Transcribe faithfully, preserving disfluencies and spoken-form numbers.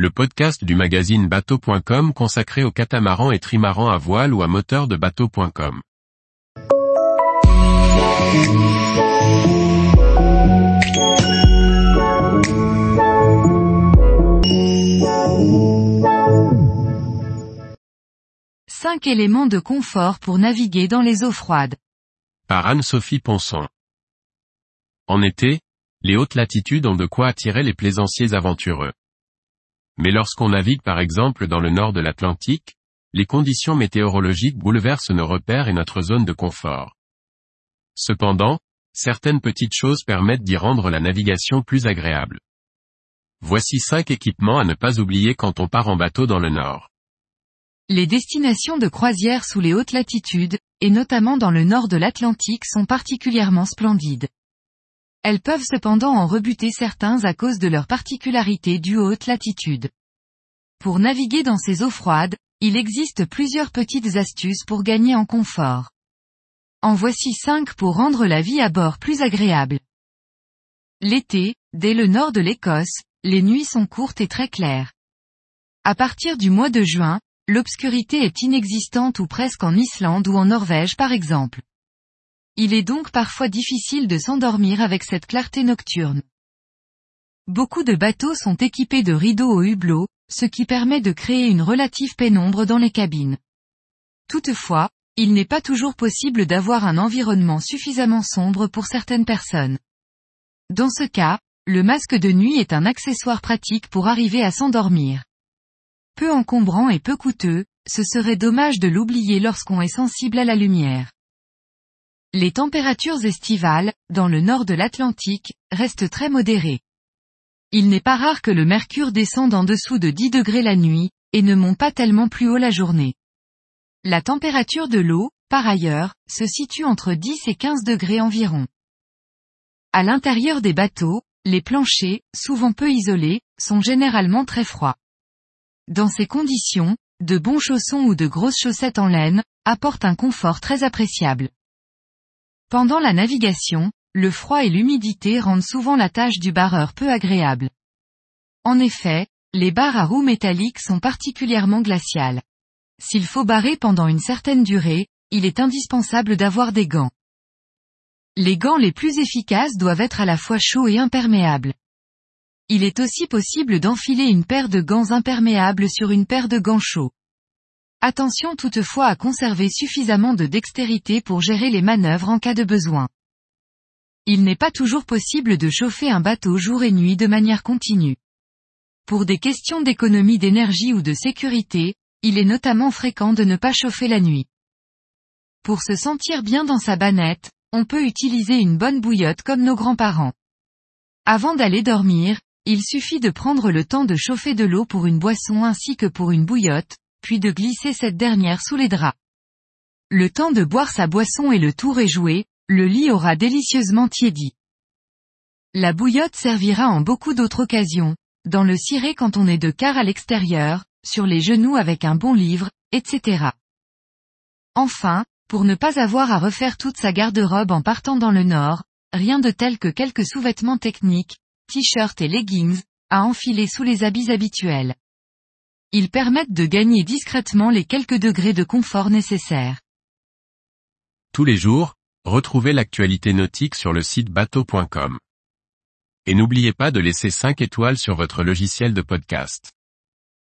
le podcast du magazine bateau point com consacré aux catamarans et trimarans à voile ou à moteur de bateau point com. cinq éléments de confort pour naviguer dans les eaux froides. Par Anne-Sophie Ponson. En été, les hautes latitudes ont de quoi attirer les plaisanciers aventureux. Mais lorsqu'on navigue par exemple dans le nord de l'Atlantique, les conditions météorologiques bouleversent nos repères et notre zone de confort. Cependant, certaines petites choses permettent d'y rendre la navigation plus agréable. Voici cinq équipements à ne pas oublier quand on part en bateau dans le nord. Les destinations de croisière sous les hautes latitudes, et notamment dans le nord de l'Atlantique, sont particulièrement splendides. Elles peuvent cependant en rebuter certains à cause de leurs particularités dues aux hautes latitudes. Pour naviguer dans ces eaux froides, il existe plusieurs petites astuces pour gagner en confort. En voici cinq pour rendre la vie à bord plus agréable. L'été, dès le nord de l'Écosse, les nuits sont courtes et très claires. À partir du mois de juin, l'obscurité est inexistante ou presque en Islande ou en Norvège par exemple. Il est donc parfois difficile de s'endormir avec cette clarté nocturne. Beaucoup de bateaux sont équipés de rideaux au hublot, ce qui permet de créer une relative pénombre dans les cabines. Toutefois, il n'est pas toujours possible d'avoir un environnement suffisamment sombre pour certaines personnes. Dans ce cas, le masque de nuit est un accessoire pratique pour arriver à s'endormir. Peu encombrant et peu coûteux, ce serait dommage de l'oublier lorsqu'on est sensible à la lumière. Les températures estivales, dans le nord de l'Atlantique, restent très modérées. Il n'est pas rare que le mercure descende en dessous de dix degrés la nuit, et ne monte pas tellement plus haut la journée. La température de l'eau, par ailleurs, se situe entre dix et quinze degrés environ. À l'intérieur des bateaux, les planchers, souvent peu isolés, sont généralement très froids. Dans ces conditions, de bons chaussons ou de grosses chaussettes en laine, apportent un confort très appréciable. Pendant la navigation, le froid et l'humidité rendent souvent la tâche du barreur peu agréable. En effet, les barres à roues métalliques sont particulièrement glaciales. S'il faut barrer pendant une certaine durée, il est indispensable d'avoir des gants. Les gants les plus efficaces doivent être à la fois chauds et imperméables. Il est aussi possible d'enfiler une paire de gants imperméables sur une paire de gants chauds. Attention toutefois à conserver suffisamment de dextérité pour gérer les manœuvres en cas de besoin. Il n'est pas toujours possible de chauffer un bateau jour et nuit de manière continue. Pour des questions d'économie d'énergie ou de sécurité, il est notamment fréquent de ne pas chauffer la nuit. Pour se sentir bien dans sa bannette, on peut utiliser une bonne bouillotte comme nos grands-parents. Avant d'aller dormir, il suffit de prendre le temps de chauffer de l'eau pour une boisson ainsi que pour une bouillotte, puis de glisser cette dernière sous les draps. Le temps de boire sa boisson et le tour est joué, le lit aura délicieusement tiédi. La bouillotte servira en beaucoup d'autres occasions, dans le ciré quand on est de quart à l'extérieur, sur les genoux avec un bon livre, et cetera. Enfin, pour ne pas avoir à refaire toute sa garde-robe en partant dans le nord, rien de tel que quelques sous-vêtements techniques, t-shirts et leggings, à enfiler sous les habits habituels. Ils permettent de gagner discrètement les quelques degrés de confort nécessaires. Tous les jours, retrouvez l'actualité nautique sur le site bateau point com. Et n'oubliez pas de laisser cinq étoiles sur votre logiciel de podcast.